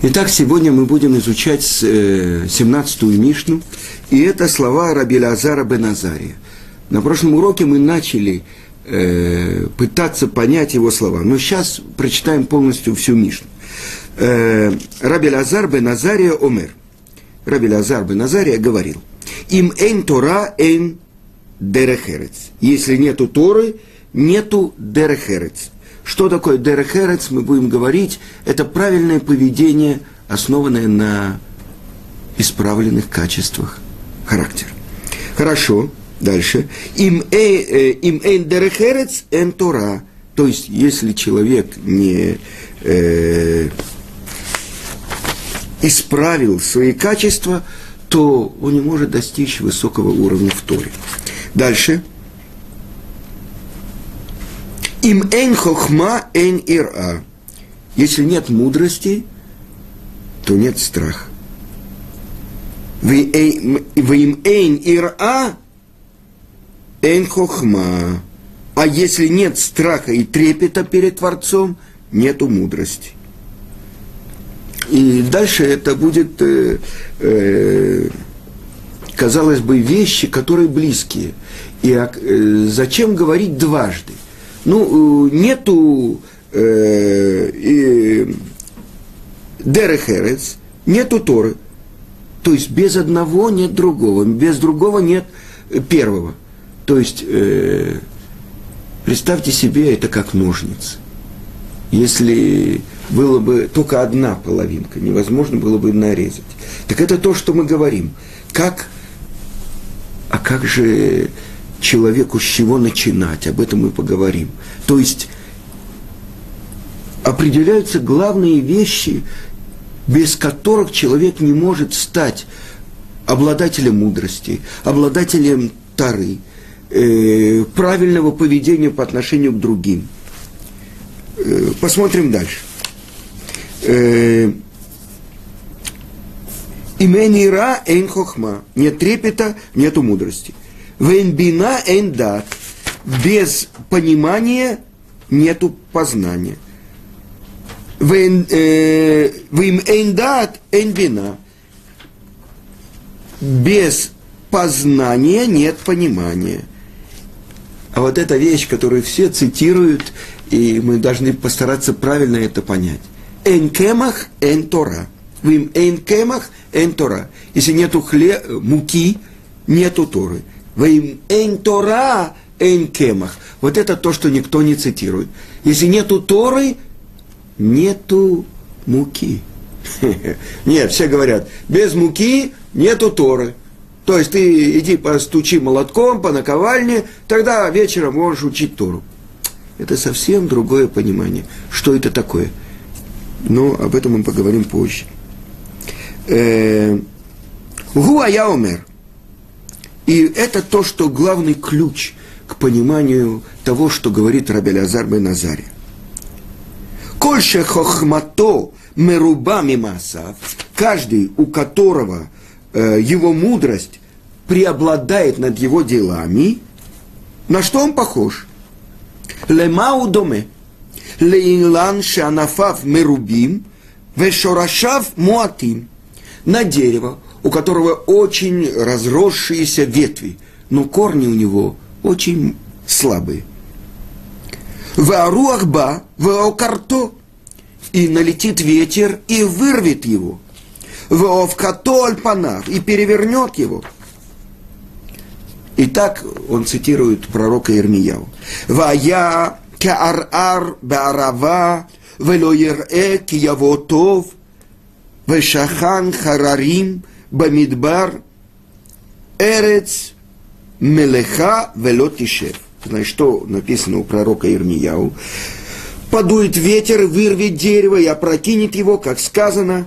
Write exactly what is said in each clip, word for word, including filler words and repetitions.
Итак, сегодня мы будем изучать семнадцатую Мишну, и это слова Раби Элеазара бен Азария. На прошлом уроке мы начали э, пытаться понять его слова, но сейчас прочитаем полностью всю Мишну. Э, Раби Элеазар бен Азария омер. Раби Элеазар бен Азария говорил: «Им эйн Тора, эйн дерех эрец». Если нету Торы, нету дерех эрец. Что такое дерех эрец, мы будем говорить, это правильное поведение, основанное на исправленных качествах характера. Хорошо, дальше. Им эйн дерех эрец эн Тора. То есть, если человек не э, исправил свои качества, то он не может достичь высокого уровня в Торе. Дальше. Им эйн хохма эйн ира. Если нет мудрости, то нет страха. Вим эйн ира эйн хохма. А если нет страха и трепета перед Творцом, нету мудрости. И дальше это будет, э, э, казалось бы, вещи, которые близкие. И э, зачем говорить дважды? Ну, нету э, э, дерех эрец, нету Торы. То есть без одного нет другого, без другого нет первого. То есть, э, представьте себе, это как ножницы. Если было бы только одна половинка, невозможно было бы нарезать. Так это то, что мы говорим. Как, а как же человеку с чего начинать? Об этом мы поговорим. То есть определяются главные вещи, без которых человек не может стать обладателем мудрости, обладателем Торы, э, правильного поведения по отношению к другим. Э, посмотрим дальше. Имен ира эйн хохма. Нет трепета, нету мудрости. Вейн бина эйн дат. Без понимания нету познания. Вейн эйн дат эйн бина. Без познания нет понимания. А вот эта вещь, которую все цитируют, и мы должны постараться правильно это понять. Эйн кемах, эйн Тора. Вим эйн кемах, эйн Тора. Если нету хле, муки, нету Торы. Вим эйн Тора, эйн кемах. Вот это то, что никто не цитирует. Если нету Торы, нету муки. Нет, все говорят, без муки нету Торы. То есть ты иди постучи молотком по наковальне, тогда вечером можешь учить Тору. Это совсем другое понимание. Что это такое? Но об этом мы поговорим позже. Гу ая омер. И это то, что главный ключ к пониманию того, что говорит Раби Элеазар бен Азария. Коль ше хохмато меруба мимасав. Каждый, у которого э, его мудрость преобладает над его делами, на что он похож? Лемау доме. Леилан шанафав мерубим, вешорашав муатим. На дерево, у которого очень разросшиеся ветви, но корни у него очень слабые. Вааруахба, ваокарто. И налетит ветер и вырвет его. Ваовкато альпанав. И перевернет его. Итак, он цитирует пророка Ирмияу. Вая каар баарава, вело ерэ ки яво тов, вешахан харарим бамидбар, эрец мелеха вело тишев. Знаешь, что написано у пророка Ирмияу? Подует ветер, вырвет дерево и опрокинет его, как сказано.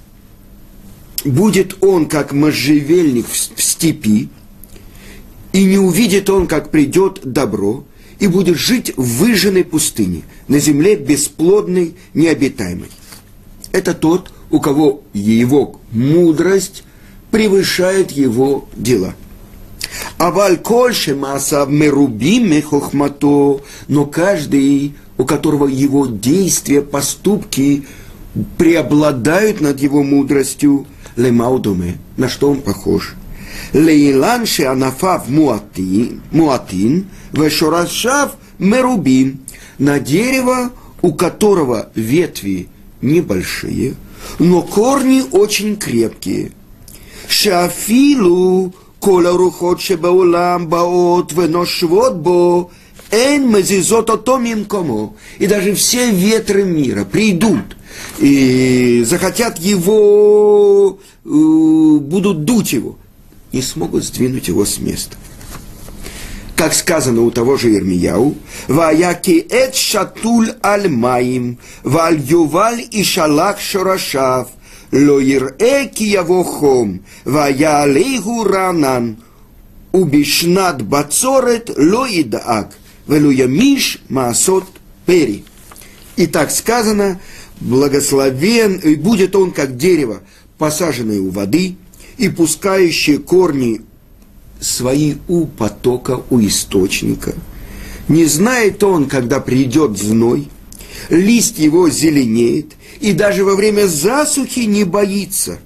Будет он, как можжевельник в степи, и не увидит он, как придет добро, и будет жить в выжженной пустыне, на земле бесплодной, необитаемой. Это тот, у кого его мудрость превышает его дела. Аваль кольше масав мерубим мехохмато, но каждый, у которого его действия, поступки преобладают над его мудростью. Лемаудуме, на что он похож? Лейлан шеанафав муатин, муатин, вешорашав мерубим, на дерево, у которого ветви небольшие, но корни очень крепкие. Шафилу кола рухот шебаулам баот веношвот бо эн мезизот отомим кому. И даже все ветры мира придут и захотят его, будут дуть его, не смогут сдвинуть его с места. Как сказано у того же Ирмияу, «Ваяки эт шатуль аль маим, валь юваль и шалах шорашав, ло ирэ ки яво хом, вая алейгу ранан, убишнат бацорет ло идаак, велу ямиш маасот пери». И так сказано, благословен, и будет он как дерево, посаженное у воды, и пускающее корни свои у потока, у источника. Не знает он, когда придет зной, лист его зеленеет, и даже во время засухи не боится,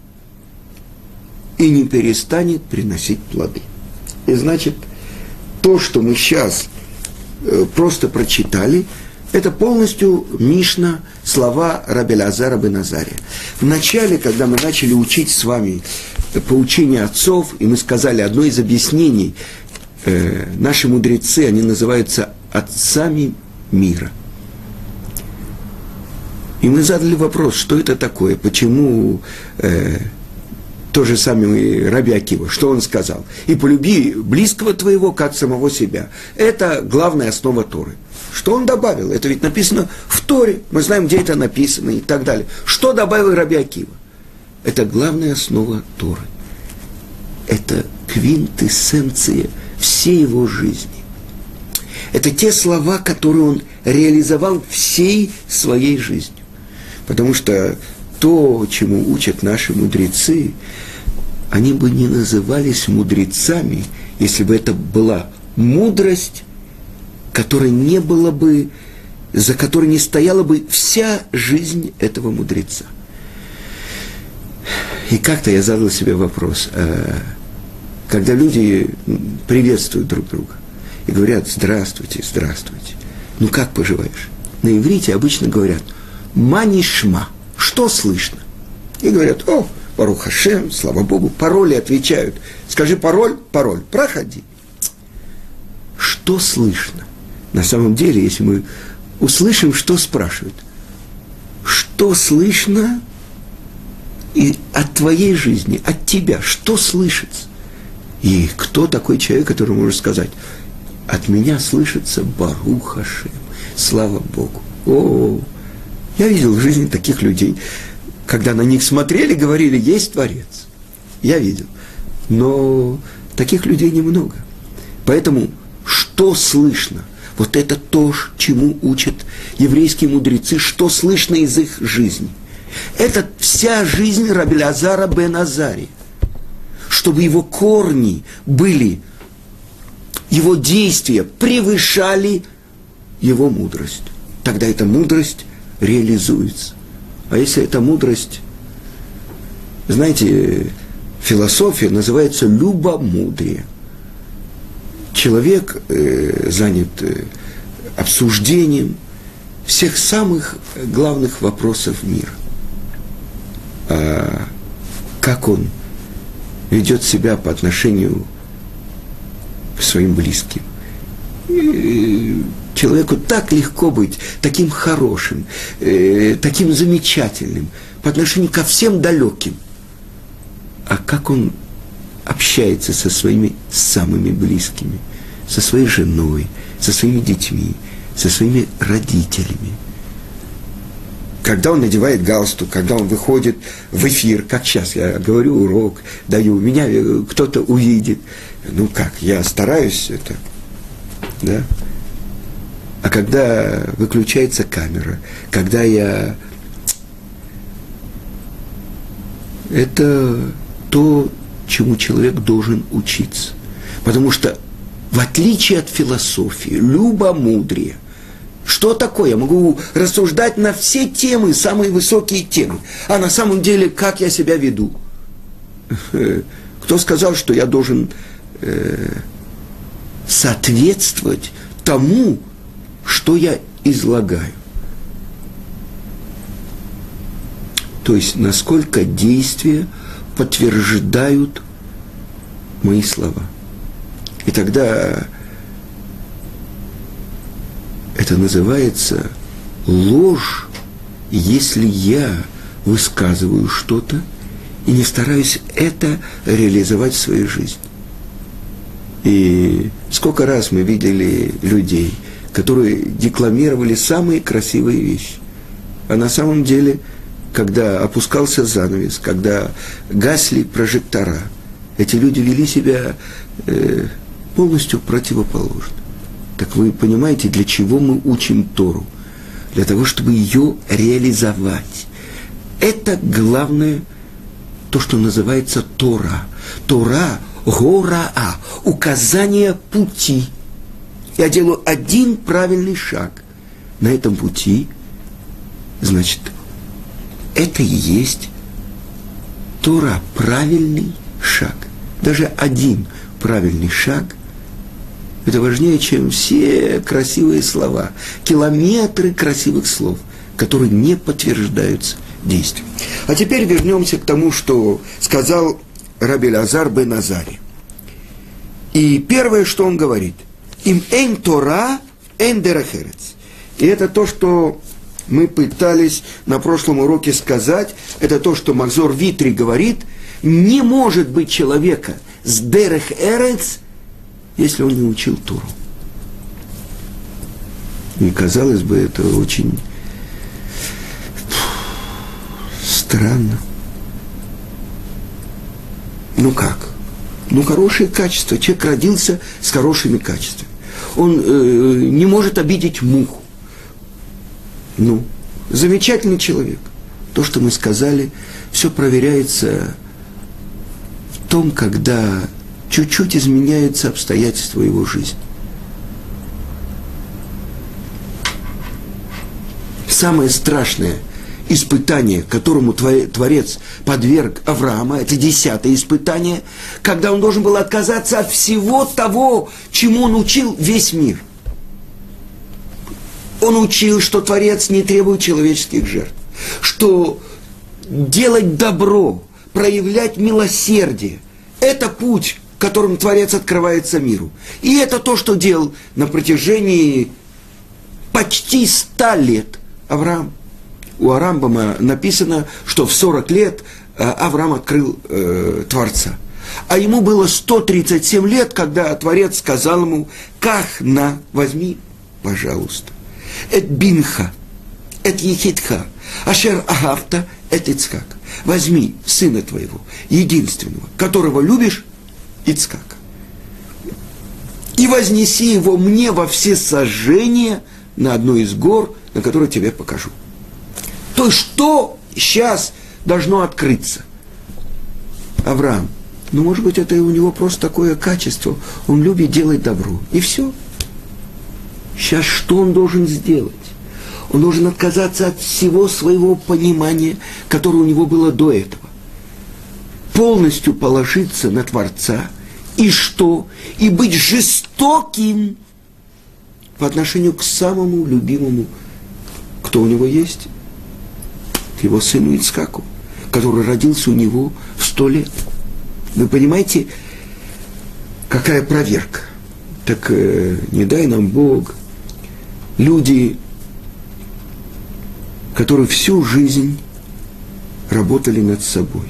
и не перестанет приносить плоды. И значит, то, что мы сейчас э, просто прочитали, это полностью Мишна, слова раби Элиазара бен Азария. Вначале, когда мы начали учить с вами поучение отцов, и мы сказали, одно из объяснений, э, наши мудрецы, они называются отцами мира. И мы задали вопрос, что это такое, почему э, то же самое раби Акива, что он сказал? «И полюби близкого твоего, как самого себя». Это главная основа Торы. Что он добавил? Это ведь написано в Торе. Мы знаем, где это написано и так далее. Что добавил раби Акива? Это главная основа Торы. Это квинтэссенция всей его жизни. Это те слова, которые он реализовал всей своей жизнью. Потому что то, чему учат наши мудрецы, они бы не назывались мудрецами, если бы это была мудрость, которой не было бы, за которой не стояла бы вся жизнь этого мудреца. И как-то я задал себе вопрос, когда люди приветствуют друг друга и говорят «здравствуйте, здравствуйте», ну как поживаешь? На иврите обычно говорят «манишма», что слышно? И говорят «о, Барух Хашем, слава Богу», пароли отвечают. Скажи пароль, пароль, проходи. Что слышно? На самом деле, если мы услышим, что спрашивают, что слышно и от твоей жизни, от тебя, что слышится? И кто такой человек, который может сказать, от меня слышится Барух Хашем, слава Богу. О, я видел в жизни таких людей, когда на них смотрели, говорили, есть Творец. Я видел. Но таких людей немного. Поэтому, что слышно? Вот это то, чему учат еврейские мудрецы, что слышно из их жизни. Это вся жизнь раби Элиазара бен Азария. Чтобы его корни были, его действия превышали его мудрость. Тогда эта мудрость реализуется. А если эта мудрость, знаете, философия называется любомудрие. Человек э, занят э, обсуждением всех самых главных вопросов мира. А как он ведет себя по отношению к своим близким. И человеку так легко быть таким хорошим, э, таким замечательным по отношению ко всем далеким. А как он общается со своими самыми близкими, со своей женой, со своими детьми, со своими родителями. Когда он надевает галстук, когда он выходит в эфир, как сейчас я говорю урок, даю, меня кто-то увидит. Ну как, я стараюсь это, да? А когда выключается камера, когда я... Это то, чему человек должен учиться. Потому что, в отличие от философии, любомудрие, Что такое? Я могу рассуждать на все темы, самые высокие темы. А на самом деле, как я себя веду? Кто сказал, что я должен э, соответствовать тому, что я излагаю? То есть, насколько действия подтверждают мои слова. И тогда это называется ложь, если я высказываю что-то и не стараюсь это реализовать в своей жизни. И сколько раз мы видели людей, которые декламировали самые красивые вещи, а на самом деле, когда опускался занавес, когда гасли прожектора, эти люди вели себя э, полностью противоположно. Так вы понимаете, для чего мы учим Тору? Для того, чтобы ее реализовать. Это главное, то, что называется Тора. Тора, гораа, указание пути. Я делаю один правильный шаг на этом пути, значит, это и есть Тора, правильный шаг. Даже один правильный шаг – это важнее, чем все красивые слова, километры красивых слов, которые не подтверждаются действием. А теперь вернемся к тому, что сказал Раби Элиазар бен Азари. И первое, что он говорит, «Им эйн Тора, эйн дерех эрец». И это то, что мы пытались на прошлом уроке сказать, это то, что Махзор Витри говорит, не может быть человека с дерех эрец, если он не учил Тору. И, казалось бы, это очень странно. Ну как? Ну, хорошие качества. Человек родился с хорошими качествами. Он э, не может обидеть муху. Ну, замечательный человек. То, что мы сказали, все проверяется в том, когда чуть-чуть изменяются обстоятельства его жизни. Самое страшное испытание, которому Творец подверг Авраама, это десятое испытание, когда он должен был отказаться от всего того, чему он учил весь мир. Он учил, что Творец не требует человеческих жертв, что делать добро, проявлять милосердие – это путь, которым Творец открывается миру. И это то, что делал на протяжении почти ста лет Авраам. У Рамбама написано, что в сорок лет Авраам открыл э, Творца. А ему было сто тридцать семь лет, когда Творец сказал ему: «Ках-на, возьми, пожалуйста, эт бинха, эт ехидха, ашер агавта, эт Ицхак». Возьми сына твоего, единственного, которого любишь, Ицхака, и вознеси его мне во все сожжения на одну из гор, на которую тебе покажу. То есть, что сейчас должно открыться? Авраам, ну, может быть, это у него просто такое качество, он любит делать добро, и все. Сейчас что он должен сделать? Он должен отказаться от всего своего понимания, которое у него было до этого. Полностью положиться на Творца, и что? И быть жестоким по отношению к самому любимому, кто у него есть, к его сыну Ицхаку, который родился у него в сто лет. Вы понимаете, какая проверка? Так э, не дай нам Бог, люди, которые всю жизнь работали над собой,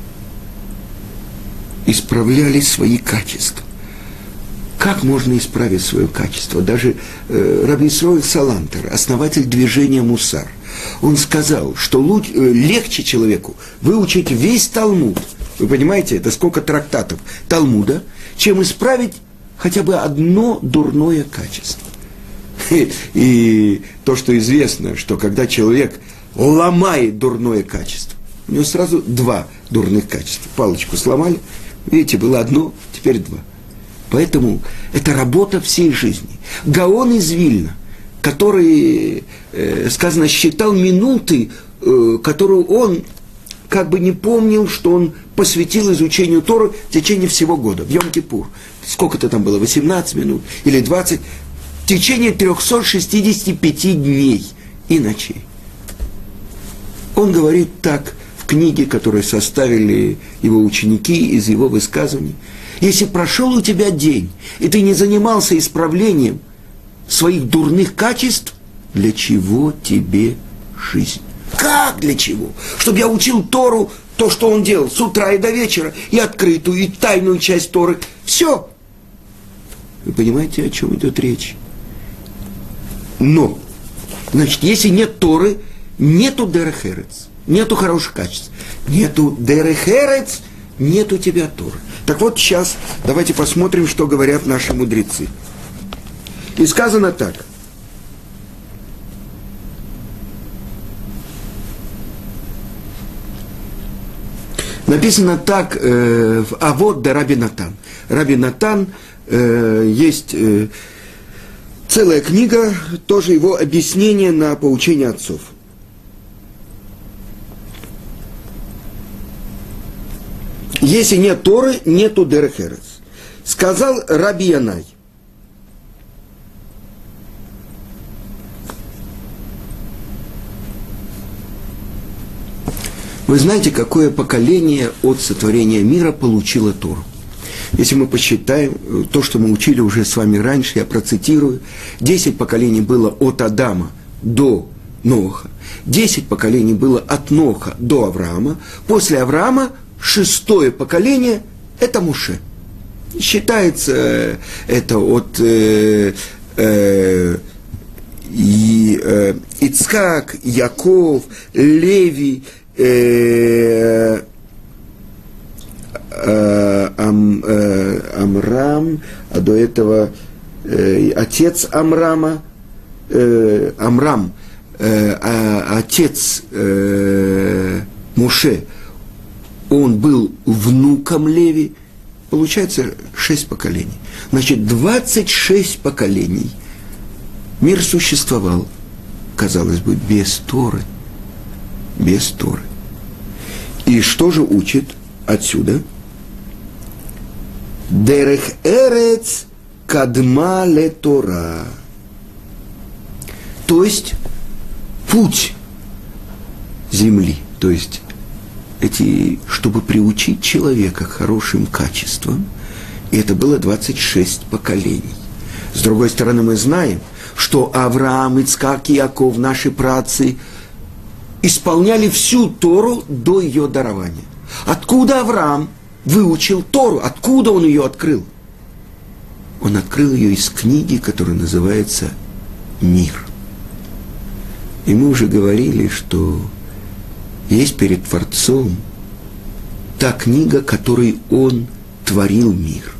исправляли свои качества. Как можно исправить свое качество? Даже э, Раби Исроэль Салантер, основатель движения Мусар, он сказал, что лучше, э, легче человеку выучить весь Талмуд, вы понимаете, это сколько трактатов Талмуда, чем исправить хотя бы одно дурное качество. И, и то, что известно, что когда человек ломает дурное качество, у него сразу два дурных качества. Палочку сломали, видите, было одно, теперь два. Поэтому это работа всей жизни. Гаон из Вильна, который, э, сказано, считал минуты, э, которую он как бы не помнил, что он посвятил изучению Торы в течение всего года, в Йом-Кипур. Сколько-то там было, восемнадцать минут или двадцать, в течение трехсот шестидесяти пяти дней и ночей. Он говорит так в книге, которую составили его ученики из его высказываний. Если прошел у тебя день, и ты не занимался исправлением своих дурных качеств, для чего тебе жизнь? Как для чего? Чтобы я учил Тору, то, что он делал, с утра и до вечера, и открытую, и тайную часть Торы. Все. Вы понимаете, о чем идет речь? Но, значит, если нет Торы, нету дерех эрец, нету хороших качеств. Нету дерех эрец, нету тебя Торы. Так вот, сейчас давайте посмотрим, что говорят наши мудрецы. И сказано так. Написано так э, в Авот де Раби Натан. Раби Натан, э, есть э, целая книга, тоже его объяснение на поучение отцов. Если нет Торы, нету дерех эрец. Сказал Раби Янай. Вы знаете, какое поколение от сотворения мира получило Тору? Если мы посчитаем то, что мы учили уже с вами раньше, я процитирую, десять поколений было от Адама до Ноха, десять поколений было от Ноха до Авраама, после Авраама шестое поколение – это Моше. Считается это от э, э, и, э, Ицхак, Яков, Леви, э, э, Ам, э, Амрам, а до этого э, отец Амрама, э, Амрам, э, а, отец э, Моше, он был внуком Леви, получается шесть поколений. Значит, двадцать шесть поколений мир существовал, казалось бы, без Торы. Без Торы. И что же учит отсюда? Дерех эрец кадма ле Тора. То есть путь земли, то есть эти, чтобы приучить человека к хорошим качествам, и это было двадцать шесть поколений. С другой стороны, мы знаем, что Авраам, Ицхак и Яков, наши праотцы, исполняли всю Тору до ее дарования. Откуда Авраам выучил Тору? Откуда он ее открыл? Он открыл ее из книги, которая называется «Мир». И мы уже говорили, что есть перед Творцом та книга, которой он творил мир.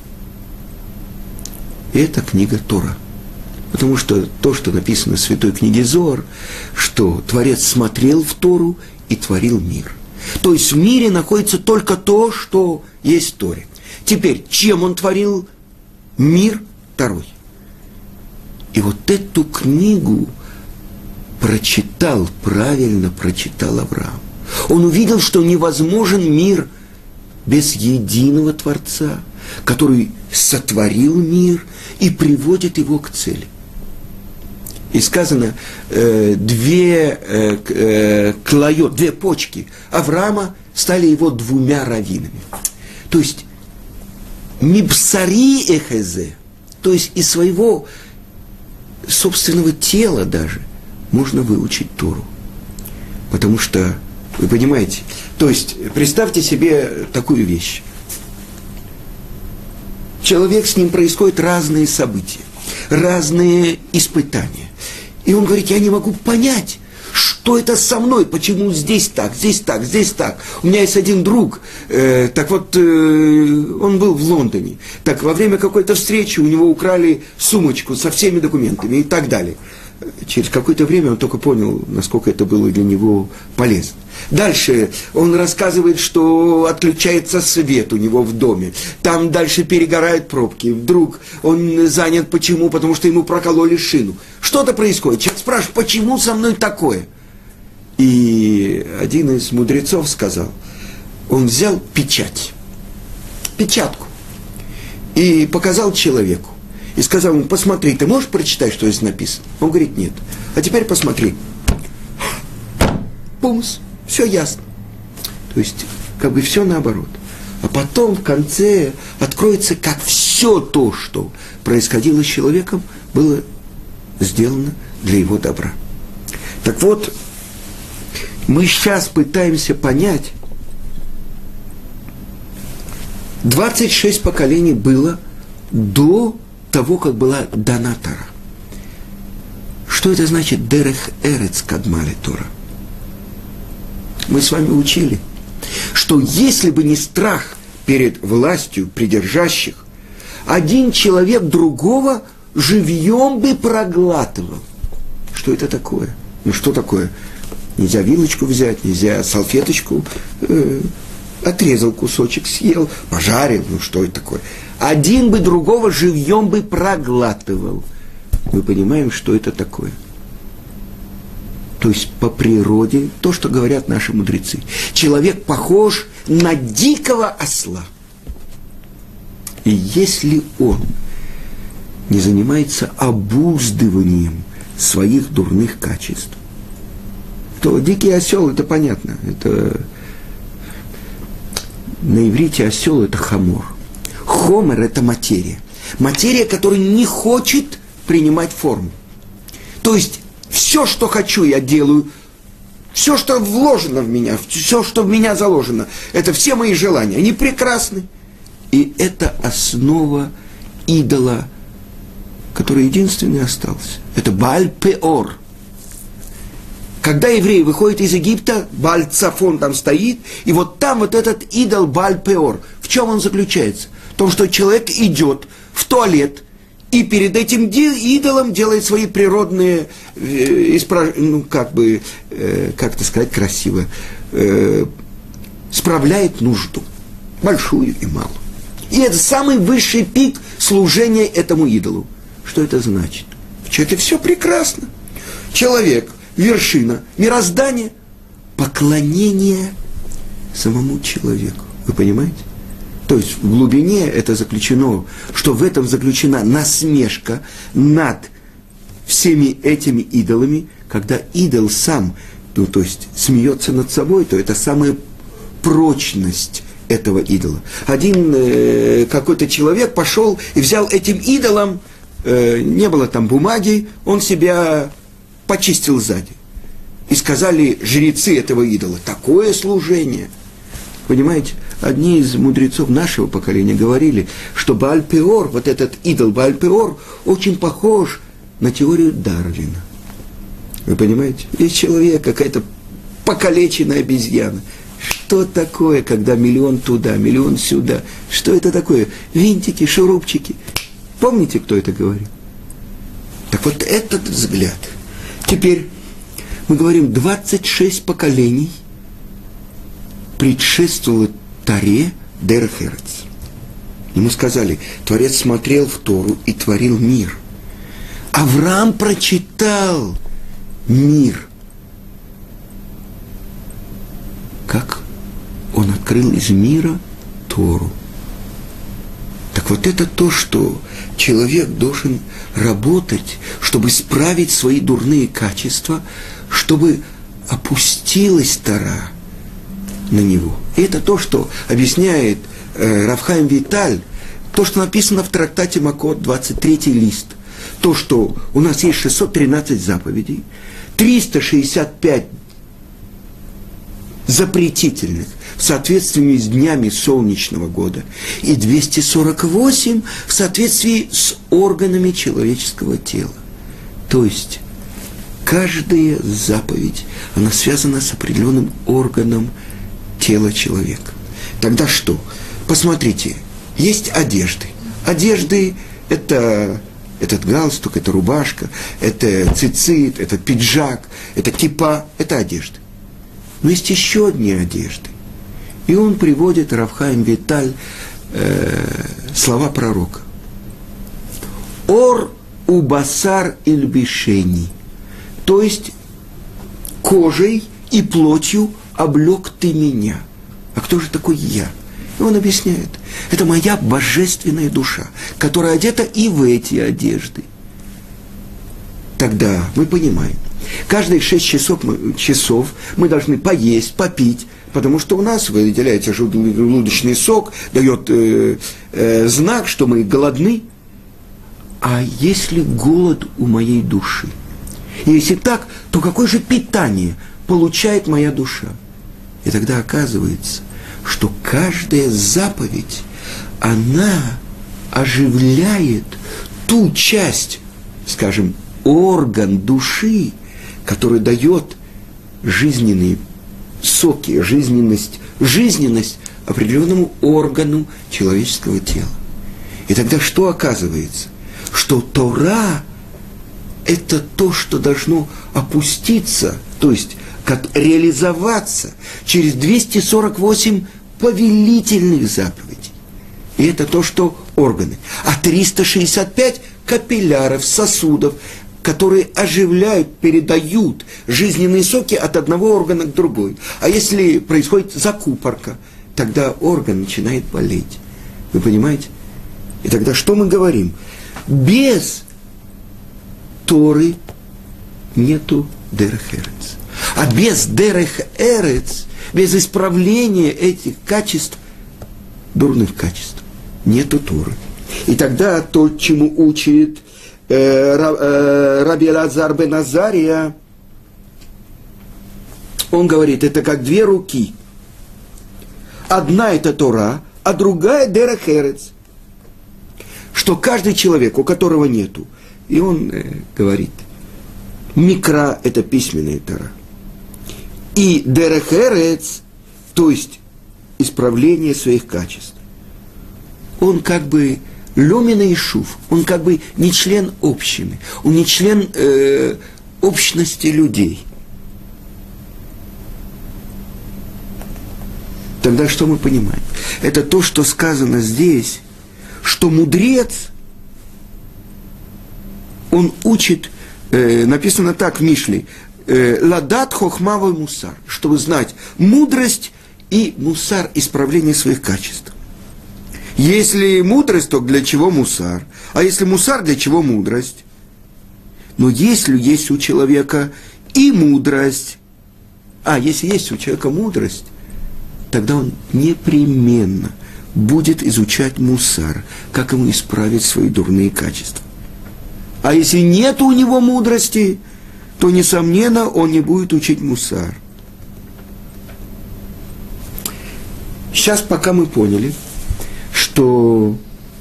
И это книга Тора. Потому что то, что написано в Святой книге Зоар, что Творец смотрел в Тору и творил мир. То есть в мире находится только то, что есть в Торе. Теперь, чем он творил мир? Второй. И вот эту книгу прочитал, правильно прочитал Авраам. Он увидел, что невозможен мир без единого Творца, который сотворил мир и приводит его к цели. И сказано, э, две э, э, клайот, две почки Авраама стали его двумя раввинами. То есть, мибсари эхезе, то есть из своего собственного тела даже можно выучить Тору. Потому что, вы понимаете, то есть, представьте себе такую вещь. Человек, с ним происходят разные события, разные испытания. И он говорит, я не могу понять, что это со мной, почему здесь так, здесь так, здесь так. У меня есть один друг, э, так вот, э, он был в Лондоне. Так во время какой-то встречи у него украли сумочку со всеми документами и так далее. через какое-то время он только понял, насколько это было для него полезно. Дальше он рассказывает, что отключается свет у него в доме. Там дальше перегорают пробки. Вдруг он занят. Почему? Потому что ему прокололи шину. Что-то происходит. Человек спрашивает, почему со мной такое? И один из мудрецов сказал, он взял печать, печатку, и показал человеку. И сказал ему, посмотри, ты можешь прочитать, что здесь написано? Он говорит, нет. А теперь посмотри. Пумс, все ясно. То есть, как бы все наоборот. А потом в конце откроется, как все то, что происходило с человеком, было сделано для его добра. Так вот, мы сейчас пытаемся понять, двадцать шесть поколений было до того, как была дана Тора. Что это значит «дерех эрец кадмали Тора»? Мы с вами учили, что если бы не страх перед властью придержащих, один человек другого живьем бы проглатывал. Что это такое? Ну что такое? Нельзя вилочку взять, нельзя салфеточку, э, отрезал кусочек, съел, пожарил, ну что это такое? Один бы другого живьем бы проглатывал. Мы понимаем, что это такое. То есть по природе, то, что говорят наши мудрецы. Человек похож на дикого осла. И если он не занимается обуздыванием своих дурных качеств, то дикий осел, это понятно, это на иврите осел это хамор. Хомер это материя. Материя, которая не хочет принимать форму. То есть все, что хочу, я делаю, все, что вложено в меня, все, что в меня заложено, это все мои желания, они прекрасны. И это основа идола, который единственный остался. Это Бааль-Пеор. Когда евреи выходят из Египта, Бааль-Цафон там стоит, и вот там вот этот идол Бааль-Пеор. В чем он заключается? В том, что человек идет в туалет, и перед этим идолом делает свои природные, э, исправ... ну, как бы, э, как это сказать красиво, э, справляет нужду, большую и малую. И это самый высший пик служения этому идолу. Что это значит? В человеке все прекрасно. Человек, вершина мироздания, поклонение самому человеку. Вы понимаете? То есть в глубине это заключено, что в этом заключена насмешка над всеми этими идолами, когда идол сам, ну, то есть смеется над собой, то это самая прочность этого идола. Один э, какой-то человек пошел и взял этим идолом, э, не было там бумаги, он себя почистил сзади. И сказали жрецы этого идола, такое служение. Понимаете, одни из мудрецов нашего поколения говорили, что Бааль-Пеор, вот этот идол Бааль-Пеор, очень похож на теорию Дарвина. Вы понимаете? Есть человек, какая-то покалеченная обезьяна. Что такое, когда миллион туда, миллион сюда? Что это такое? Винтики, шурупчики. Помните, кто это говорил? Так вот этот взгляд. Теперь мы говорим, двадцать шесть поколений предшествовало Торе Дерех Эрец. Ему сказали, Творец смотрел в Тору и творил мир. Авраам прочитал мир. Как он открыл из мира Тору. Так вот это то, что человек должен работать, чтобы исправить свои дурные качества, чтобы опустилась Тора на него. И это то, что объясняет э, Рав Хаим Виталь, то, что написано в трактате Макот, двадцать третий лист. То, что у нас есть шестьсот тринадцать заповедей, триста шестьдесят пять запретительных в соответствии с днями солнечного года и двести сорок восемь в соответствии с органами человеческого тела. То есть каждая заповедь, она связана с определенным органом тела человека. Тогда что? Посмотрите, есть одежды. Одежды – это Этот галстук, это рубашка, это цицит, это пиджак, это кипа, это одежды. Но есть еще одни одежды. И он приводит, Рав Хаим Виталь, э, слова пророка. Ор убасар ильбишени. То есть кожей и плотью облег ты меня. А кто же такой я? И он объясняет. Это моя божественная душа, которая одета и в эти одежды. Тогда мы понимаем. Каждые шесть часов мы, часов мы должны поесть, попить, потому что у нас выделяется желудочный сок, дает э, э, знак, что мы голодны. А если голод у моей души? И если так, то какое же питание получает моя душа? И тогда оказывается, что каждая заповедь, она оживляет ту часть, скажем, орган души, который дает жизненные соки, жизненность, жизненность определенному органу человеческого тела. И тогда что оказывается? Что Тора – это то, что должно опуститься, то есть как реализоваться через двести сорок восемь повелительных заповедей. И это то, что органы. А триста шестьдесят пять капилляров, сосудов, которые оживляют, передают жизненные соки от одного органа к другой. А если происходит закупорка, тогда орган начинает болеть. Вы понимаете? И тогда что мы говорим? Без Торы нету дерех эрец. А без дерех эрец, без исправления этих качеств, дурных качеств, нету Торы. И тогда то, чему учит э, э, Раби Элазар бен Азария, он говорит, это как две руки. Одна это Тора, а другая дерех эрец. Что каждый человек, у которого нету, и он э, говорит, микра – это письменная Тора. И дерех эрец, то есть исправление своих качеств. Он как бы лёмина и шув, он как бы не член общины, он не член э, общности людей. Тогда что мы понимаем? Это то, что сказано здесь, что мудрец, он учит, э, написано так в Мишле, э, ладат хохма ве мусар, чтобы знать мудрость и мусар, исправление своих качеств. Если мудрость, то для чего мусар? А если мусар, для чего мудрость? Но если есть у человека и мудрость, а если есть у человека мудрость, тогда он непременно будет изучать мусар, как ему исправить свои дурные качества. А если нет у него мудрости, то, несомненно, он не будет учить мусар. Сейчас пока мы поняли, что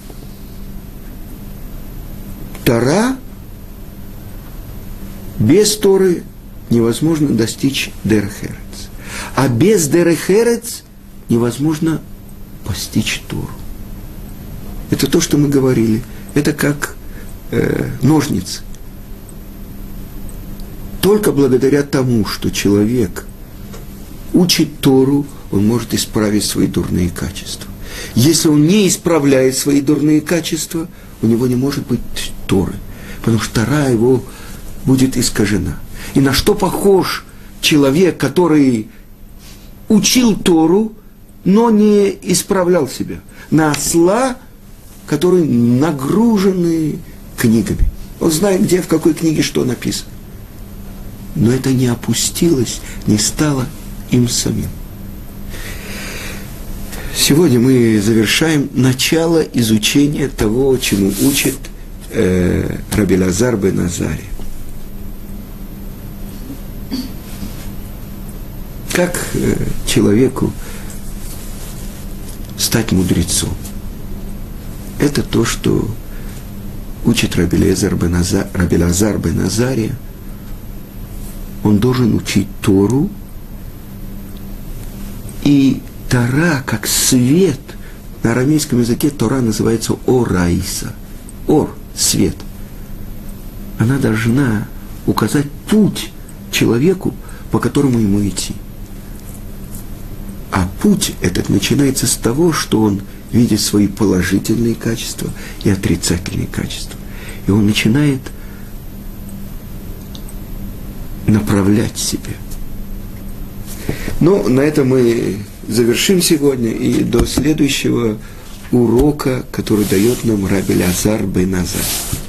Тора, без Торы невозможно достичь дерех эрец. А без дерех эрец невозможно постичь Тору. Это то, что мы говорили. Это как э, ножницы. Только благодаря тому, что человек учит Тору, он может исправить свои дурные качества. Если он не исправляет свои дурные качества, у него не может быть Торы, потому что Тора его будет искажена. И на что похож человек, который учил Тору, но не исправлял себя? На осла, который нагруженный книгами. Он знает, где, в какой книге что написано. Но это не опустилось, не стало им самим. Сегодня мы завершаем начало изучения того, чему учит э, Раби Элазар бен Азария. Как э, человеку стать мудрецом? Это то, что учит Раби Элазар бен Азария, Раби Элазар бен Азария. Он должен учить Тору, и Тора, как свет, на арамейском языке Тора называется Ораиса. Ор – свет. она должна указать путь человеку, по которому ему идти. А путь этот начинается с того, что он видит свои положительные качества и отрицательные качества. И он начинает направлять себя. Ну, на этом мы завершим сегодня, и до следующего урока, который дает нам Рабби Элиазар бен Азария.